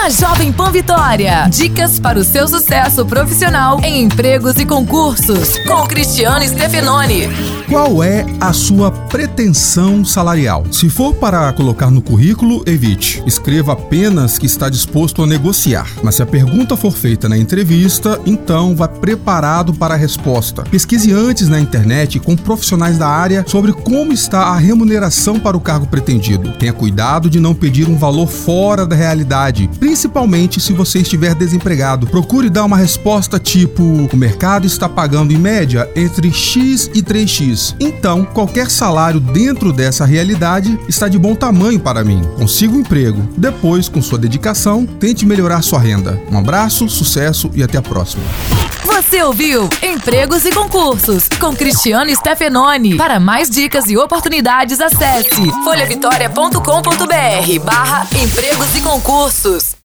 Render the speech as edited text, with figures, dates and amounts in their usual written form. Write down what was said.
na Jovem Pan Vitória. Dicas para o seu sucesso profissional em empregos e concursos, com Cristiano Stefanoni. Qual é a sua pretensão salarial? Se for para colocar no currículo, evite. Escreva apenas que está disposto a negociar. Mas se a pergunta for feita na entrevista, então vá preparado para a resposta. Pesquise antes na internet com profissionais da área sobre como está a remuneração para o cargo pretendido. Tenha cuidado de não pedir um valor fora da realidade, principalmente se você estiver desempregado. Procure dar uma resposta tipo: o mercado está pagando em média entre X e 3X. Então, qualquer salário dentro dessa realidade está de bom tamanho para mim. Consiga um emprego. Depois, com sua dedicação, tente melhorar sua renda. Um abraço, sucesso e até a próxima. Você ouviu Empregos e Concursos, com Cristiano Stefanoni. Para mais dicas e oportunidades, acesse folhavitória.com.br/empregos e concursos.